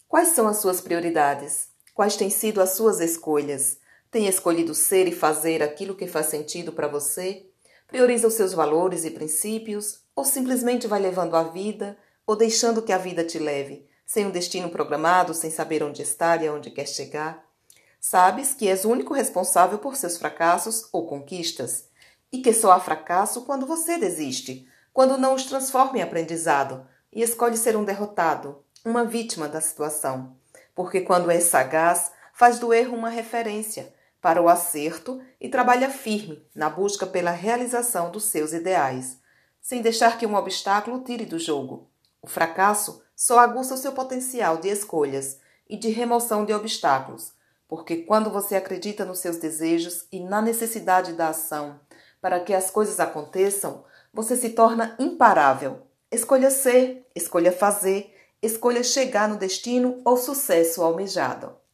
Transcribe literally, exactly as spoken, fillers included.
Quais são as suas prioridades? Quais têm sido as suas escolhas? Tem escolhido ser e fazer aquilo que faz sentido para você? Prioriza os seus valores e princípios? Ou simplesmente vai levando a vida, ou deixando que a vida te leve, sem um destino programado, sem saber onde estar e aonde quer chegar? Sabes que és o único responsável por seus fracassos ou conquistas, e que só há fracasso quando você desiste, quando não os transforma em aprendizado e escolhe ser um derrotado, uma vítima da situação. Porque quando és sagaz, faz do erro uma referência para o acerto e trabalha firme na busca pela realização dos seus ideais, sem deixar que um obstáculo o tire do jogo. O fracasso só aguça o seu potencial de escolhas e de remoção de obstáculos, porque quando você acredita nos seus desejos e na necessidade da ação para que as coisas aconteçam, você se torna imparável. Escolha ser, escolha fazer, escolha chegar no destino ou sucesso almejado.